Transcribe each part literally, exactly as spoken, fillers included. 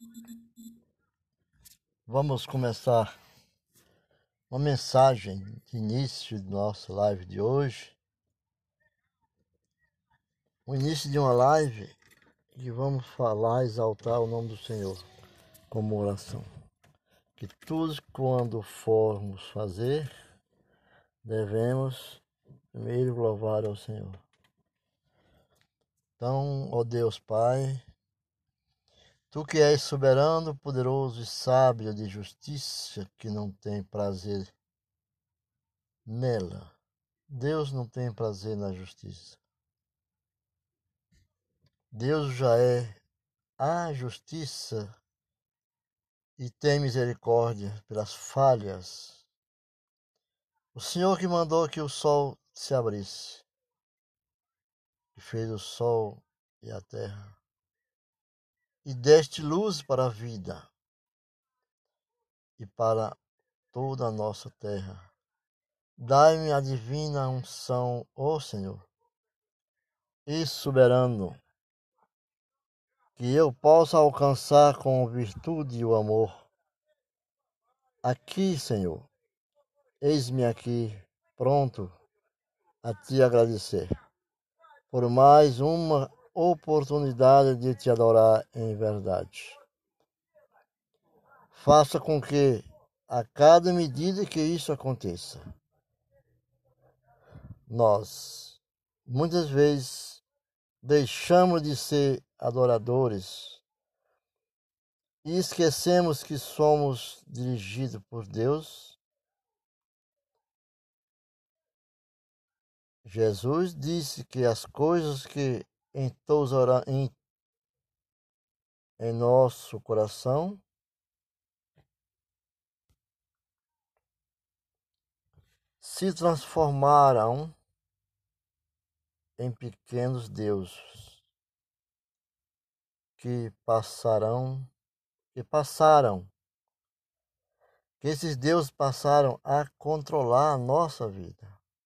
Vamos começar uma mensagem de início de nossa live de hoje. O início de uma live que vamos falar, exaltar o nome do Senhor como oração. Que tudo quando formos fazer, devemos primeiro louvar ao Senhor. Então, ó Deus Pai, Tu que és soberano, poderoso e sábio de justiça, que não tem prazer nela. Deus não tem prazer na justiça. Deus já é a justiça e tem misericórdia pelas falhas. O Senhor que mandou que o sol se abrisse, que fez o sol e a terra, e deste luz para a vida e para toda a nossa terra. Dai-me a divina unção, ó Senhor, e soberano, que eu possa alcançar com virtude e o amor. Aqui, Senhor, eis-me aqui, pronto a te agradecer por mais uma oportunidade de te adorar em verdade. Faça com que, a cada medida que isso aconteça, nós, muitas vezes, deixamos de ser adoradores e esquecemos que somos dirigidos por Deus. Jesus disse que as coisas que entousaram em, em nosso coração se transformaram em pequenos deuses que passarão, que passaram, que esses deuses passaram a controlar a nossa vida.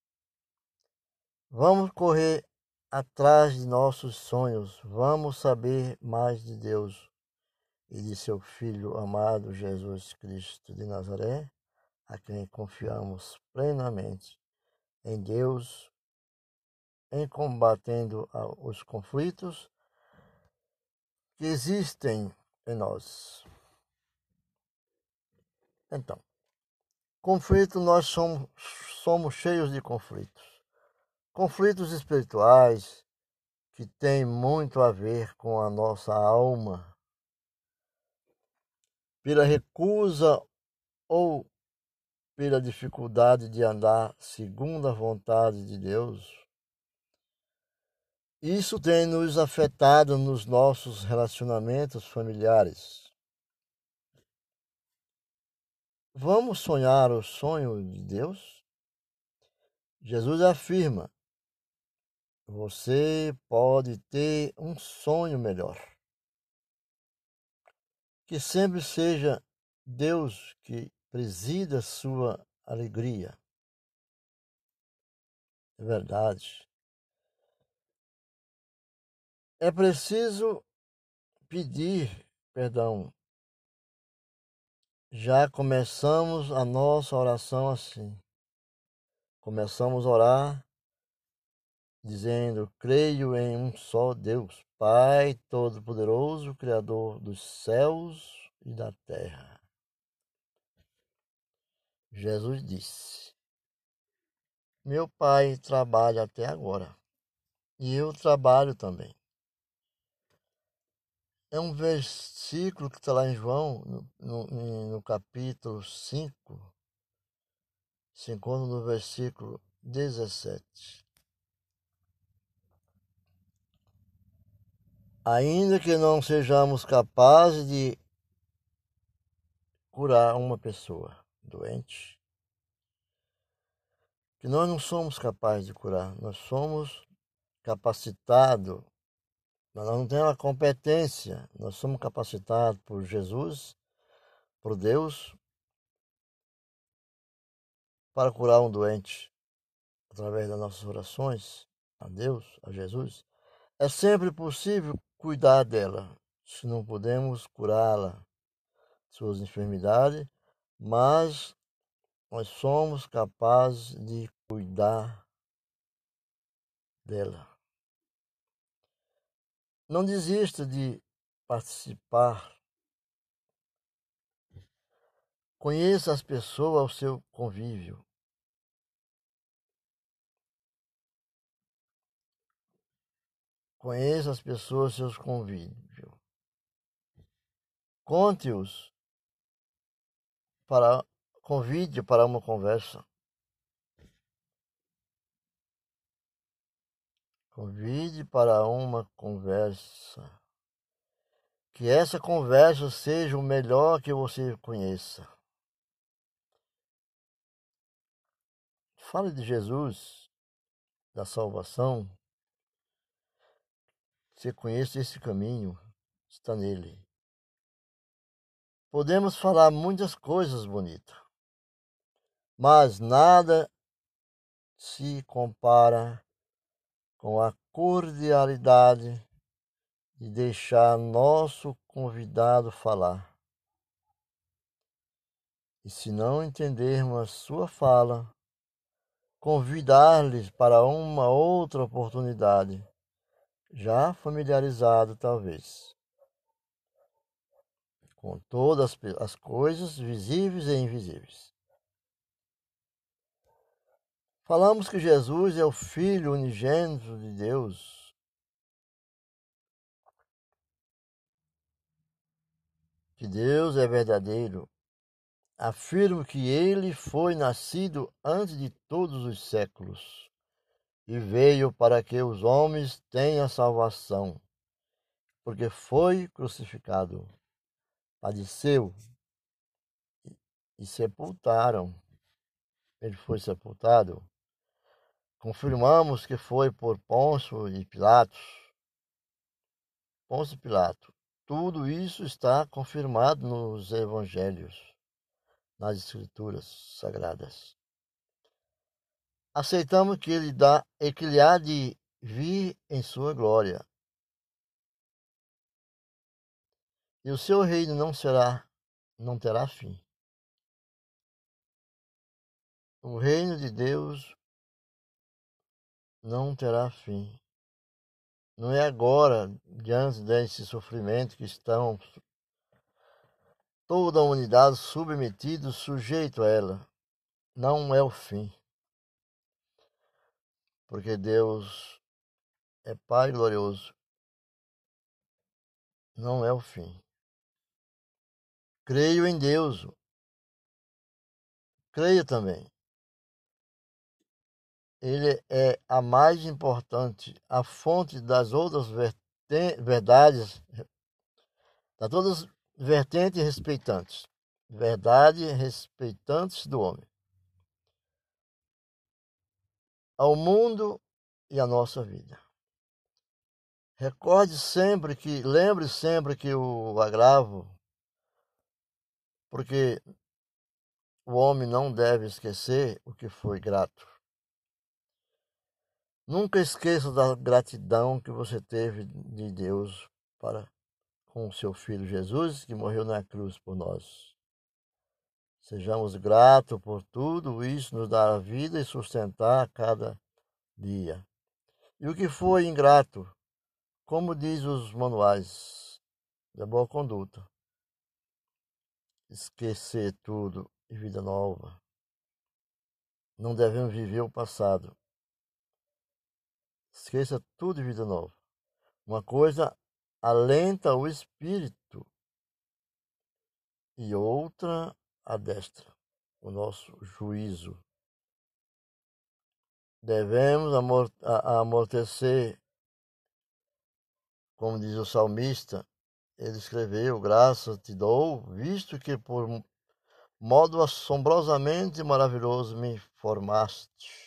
Vamos correr atrás de nossos sonhos, vamos saber mais de Deus e de seu Filho amado Jesus Cristo de Nazaré, a quem confiamos plenamente em Deus, em combatendo os conflitos que existem em nós. Então, conflito, nós somos, somos cheios de conflitos. Conflitos espirituais que têm muito a ver com a nossa alma, pela recusa ou pela dificuldade de andar segundo a vontade de Deus. Isso tem nos afetado nos nossos relacionamentos familiares. Vamos sonhar o sonho de Deus? Jesus afirma: você pode ter um sonho melhor. Que sempre seja Deus que presida sua alegria. É verdade. É preciso pedir perdão. Já começamos a nossa oração assim. Começamos a orar dizendo: creio em um só Deus, Pai Todo-Poderoso, Criador dos céus e da terra. Jesus disse: meu Pai trabalha até agora e eu trabalho também. É um versículo que está lá em João, no, no, no capítulo cinco, se encontra no versículo dezessete. Ainda que não sejamos capazes de curar uma pessoa doente, que nós não somos capazes de curar, nós somos capacitados, nós não temos a competência, nós somos capacitados por Jesus, por Deus, para curar um doente, através das nossas orações a Deus, a Jesus. É sempre possível cuidar dela, se não podemos curá-la, suas enfermidades, mas nós somos capazes de cuidar dela. Não desista de participar. Conheça as pessoas ao seu convívio. Conheça as pessoas ao seu convívio. Conte-os para convide para uma conversa. Convide para uma conversa. Que essa conversa seja o melhor que você conheça. Fale de Jesus, da salvação. Você conhece esse caminho, está nele. Podemos falar muitas coisas bonitas, mas nada se compara com a cordialidade de deixar nosso convidado falar. E se não entendermos a sua fala, convidar-lhes para uma outra oportunidade, já familiarizado talvez, com todas as coisas visíveis e invisíveis. Falamos que Jesus é o Filho unigênito de Deus, que Deus é verdadeiro. Afirmo que ele foi nascido antes de todos os séculos e veio para que os homens tenham salvação, porque foi crucificado, padeceu e sepultaram. Ele foi sepultado. Confirmamos que foi por Pôncio e Pilatos. Pôncio e Pilato. Tudo isso está confirmado nos evangelhos, nas escrituras sagradas. Aceitamos que ele dá e que ele há de vir em sua glória. E o seu reino não será, não terá fim. O reino de Deus não terá fim. Não é agora, diante desse sofrimento que estão toda a humanidade submetida, sujeito a ela. Não é o fim. Porque Deus é Pai glorioso. Não é o fim. Creio em Deus. Creia também. Ele é a mais importante, a fonte das outras verdades, das todas vertentes respeitantes. Verdade respeitantes do homem. Ao mundo e à nossa vida. Recorde sempre que, lembre sempre que o agravo, porque o homem não deve esquecer o que foi grato. Nunca esqueça da gratidão que você teve de Deus para com o seu Filho Jesus, que morreu na cruz por nós. Sejamos gratos por tudo isso, nos dar a vida e sustentar a cada dia. E o que foi ingrato, como diz os manuais da boa conduta, esquecer tudo e vida nova. Não devemos viver o passado. Esqueça tudo e vida nova. Uma coisa alenta o espírito e outra adestra o nosso juízo. Devemos amortecer, como diz o salmista, ele escreveu, graças te dou, visto que por modo assombrosamente maravilhoso me formaste.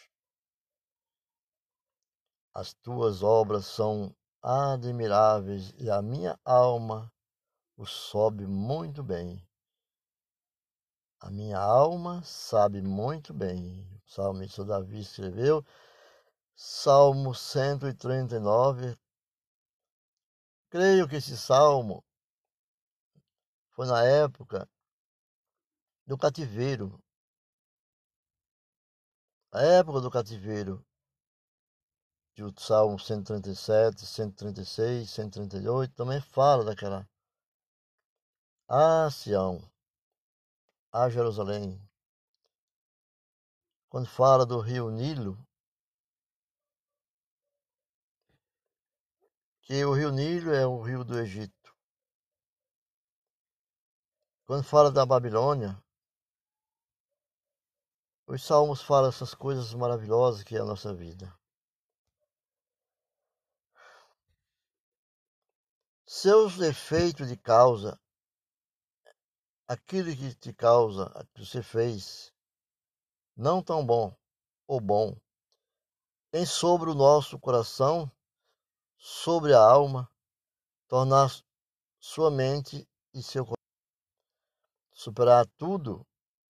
As tuas obras são admiráveis e a minha alma o sobe muito bem. A minha alma sabe muito bem. O salmista Davi escreveu, Salmo cento e trinta e nove. Creio que esse salmo foi na época do cativeiro. A época do cativeiro, que o Salmo cento e trinta e sete, cento e trinta e seis, cento e trinta e oito também fala daquela. Ah, Sião, ah, Jerusalém. Quando fala do rio Nilo, que o rio Nilo é o rio do Egito. Quando fala da Babilônia, os salmos falam essas coisas maravilhosas que é a nossa vida. Seus efeitos de causa, aquilo que te causa, que você fez, não tão bom ou bom, tem sobre o nosso coração, sobre a alma, tornar sua mente e seu coração, superar tudo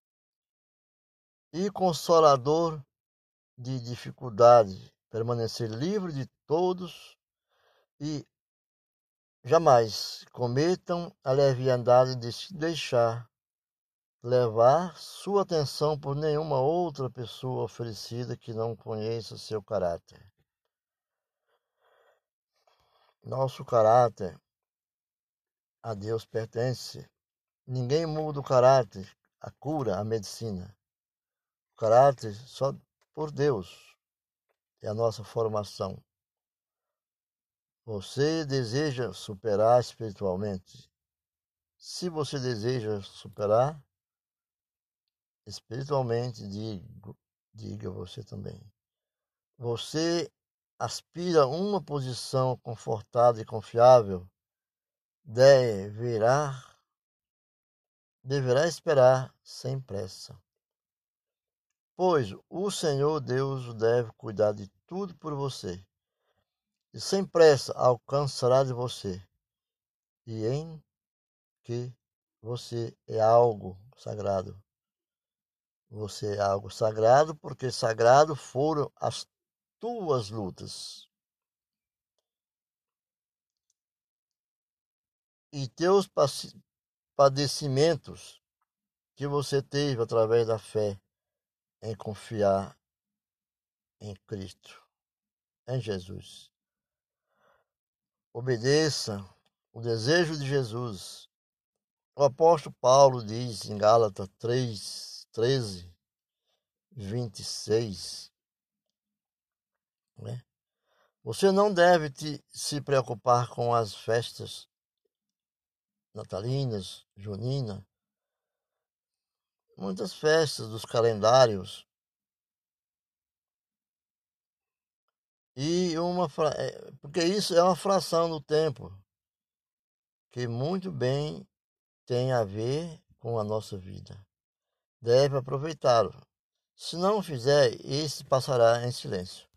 e consolador de dificuldade, permanecer livre de todos e jamais cometam a leviandade de se deixar levar sua atenção por nenhuma outra pessoa oferecida que não conheça seu caráter. Nosso caráter a Deus pertence. Ninguém muda o caráter, a cura, a medicina. O caráter só por Deus é a nossa formação. Você deseja superar espiritualmente? Se você deseja superar espiritualmente, digo, diga você também. Você aspira a uma posição confortável e confiável, deverá, deverá esperar sem pressa. Pois o Senhor Deus deve cuidar de tudo por você, e sem pressa alcançará de você, e em que você é algo sagrado. Você é algo sagrado, porque sagrado foram as tuas lutas. E teus padecimentos que você teve através da fé em confiar em Cristo, em Jesus. Obedeça o desejo de Jesus. O apóstolo Paulo diz em Gálatas três, treze, vinte e seis, né? Você não deve te, se preocupar com as festas natalinas, juninas, muitas festas dos calendários. E uma porque isso é uma fração do tempo que muito bem tem a ver com a nossa vida. Deve aproveitá-lo. Se não o fizer, esse passará em silêncio.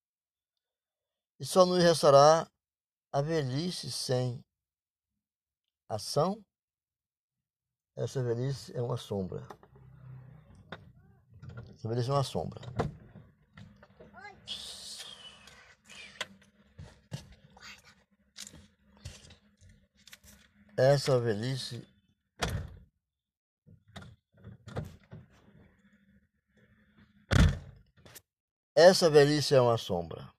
E só nos restará a velhice sem ação. Essa velhice é uma sombra. Essa velhice é uma sombra. Essa velhice Essa velhice é uma sombra.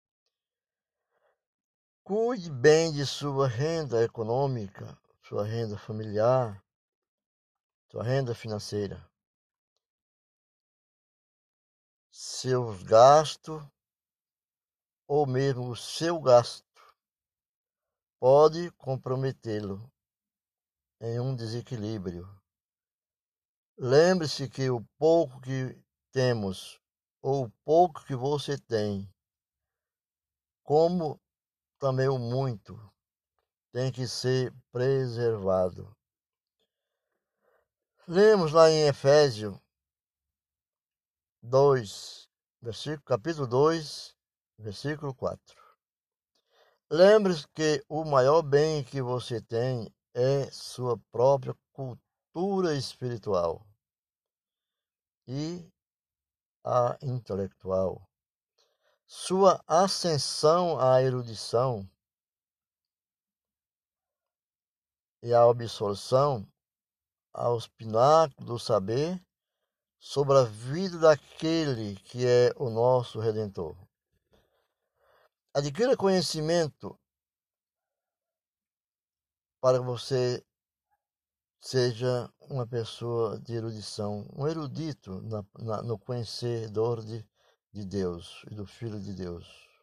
Cuide bem de sua renda econômica, sua renda familiar, sua renda financeira. Seus gastos ou mesmo o seu gasto pode comprometê-lo em um desequilíbrio. Lembre-se que o pouco que temos ou o pouco que você tem, como também o muito, tem que ser preservado. Lemos lá em Efésios dois, versículo, capítulo dois, versículo quatro. Lembre-se que o maior bem que você tem é sua própria cultura espiritual e a intelectual. Sua ascensão à erudição e a absorção aos pináculos do saber sobre a vida daquele que é o nosso Redentor. Adquira conhecimento para que você seja uma pessoa de erudição, um erudito na, na, no conhecedor de, de Deus e do Filho de Deus.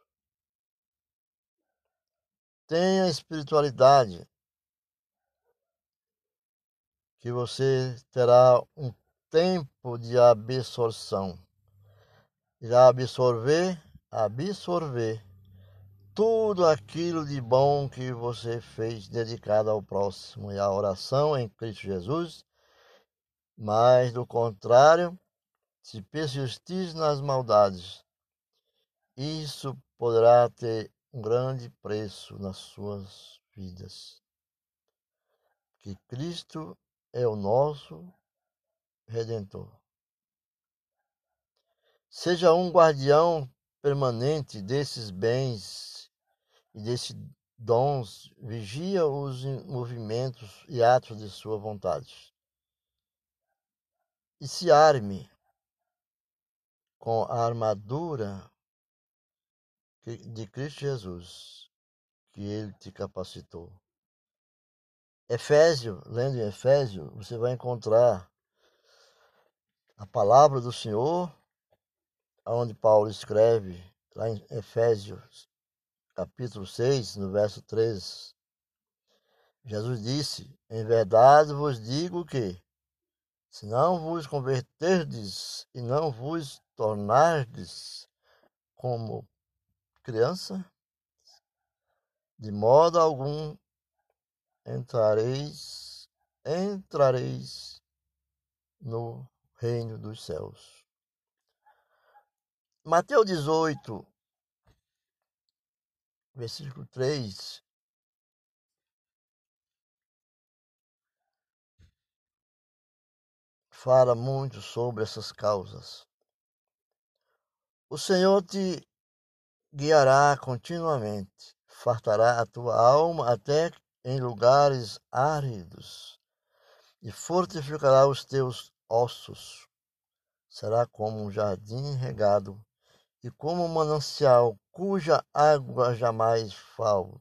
Tenha espiritualidade, que você terá um tempo de absorção. Irá absorver, absorver tudo aquilo de bom que você fez dedicado ao próximo e à oração em Cristo Jesus. Mas, do contrário, se persistir nas maldades, isso poderá ter um grande preço nas suas vidas. Que Cristo é o nosso Redentor. Seja um guardião permanente desses bens e desses dons, vigia os movimentos e atos de sua vontade. E se arme com a armadura de Cristo Jesus, que Ele te capacitou. Efésio, lendo em Efésio, você vai encontrar a palavra do Senhor, onde Paulo escreve, lá em Efésios, capítulo seis, no verso treze. Jesus disse: em verdade vos digo que, se não vos converterdes e não vos tornardes como criança, de modo algum entrareis, entrareis no reino dos céus. Mateus dezoito, versículo três, fala muito sobre essas causas. O Senhor te guiará continuamente, fartará a tua alma até em lugares áridos e fortificará os teus ossos. Será como um jardim regado e como um manancial cuja água jamais faltam.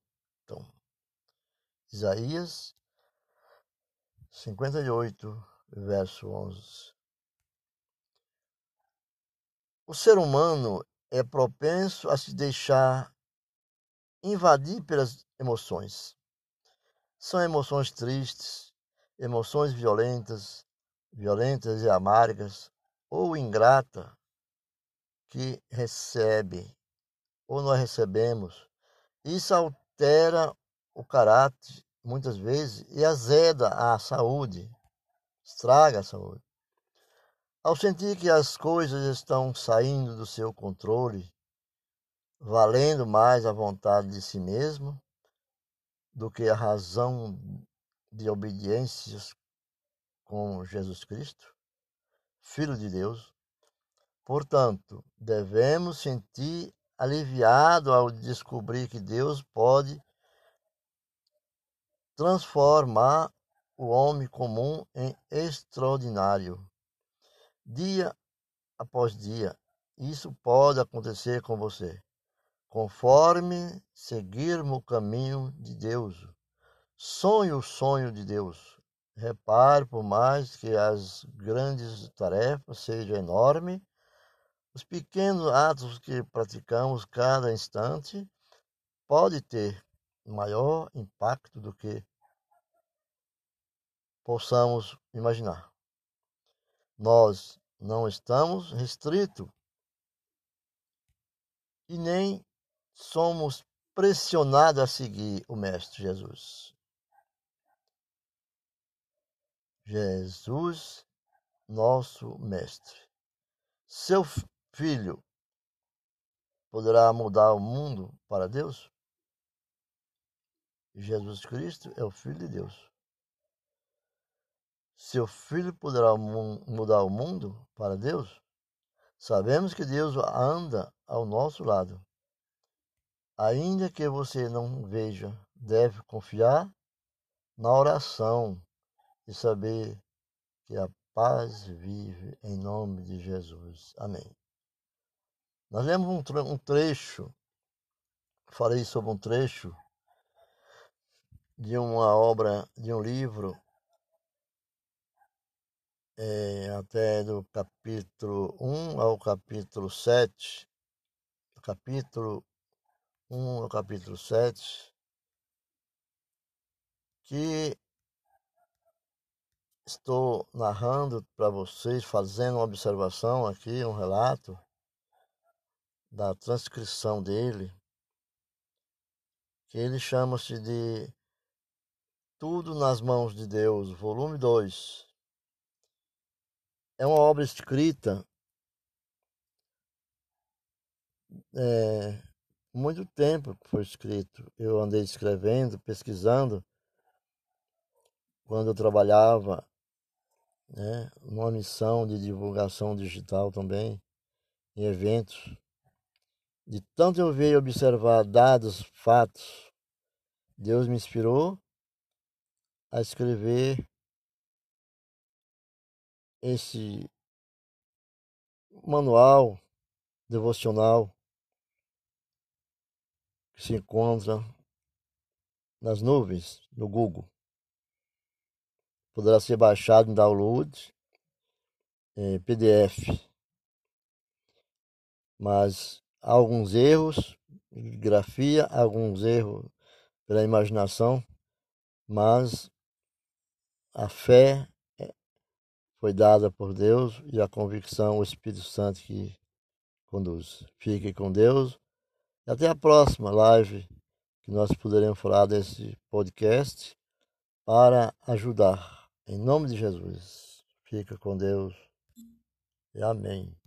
Isaías cinquenta e oito, verso onze. O ser humano é propenso a se deixar invadir pelas emoções. São emoções tristes, emoções violentas, violentas e amargas, ou ingrata, que recebe, ou nós recebemos. Isso altera o caráter, muitas vezes, e azeda a saúde, estraga a saúde. Ao sentir que as coisas estão saindo do seu controle, valendo mais a vontade de si mesmo do que a razão de obediência com Jesus Cristo, Filho de Deus, portanto, devemos sentir aliviado ao descobrir que Deus pode transformar o homem comum em extraordinário. Dia após dia, isso pode acontecer com você, conforme seguirmos o caminho de Deus. Sonhe o sonho de Deus. Repare, por mais que as grandes tarefas sejam enormes, os pequenos atos que praticamos cada instante podem ter maior impacto do que possamos imaginar. Nós não estamos restritos e nem somos pressionados a seguir o Mestre Jesus. Jesus, nosso Mestre. Seu filho poderá mudar o mundo para Deus? Jesus Cristo é o Filho de Deus. Seu filho poderá mudar o mundo para Deus? Sabemos que Deus anda ao nosso lado. Ainda que você não veja, deve confiar na oração e saber que a paz vive em nome de Jesus. Amém. Nós lemos um, tre um trecho, falei sobre um trecho de uma obra, de um livro, é, até do capítulo um ao capítulo sete, do capítulo um ao capítulo sete, que estou narrando para vocês, fazendo uma observação aqui, um relato da transcrição dele, que ele chama-se de Tudo nas Mãos de Deus, volume dois. É uma obra escrita é, muito tempo que foi escrito. Eu andei escrevendo, pesquisando, quando eu trabalhava, né, numa missão de divulgação digital também, em eventos. De tanto eu ver e observar dados, fatos, Deus me inspirou a escrever esse manual devocional que se encontra nas nuvens, no Google. Poderá ser baixado em download, em P D F, mas há alguns erros de grafia, alguns erros pela imaginação, mas a fé foi dada por Deus e a convicção, o Espírito Santo que conduz. Fique com Deus. E até a próxima live que nós poderemos falar desse podcast para ajudar. Em nome de Jesus. Fica com Deus. E amém.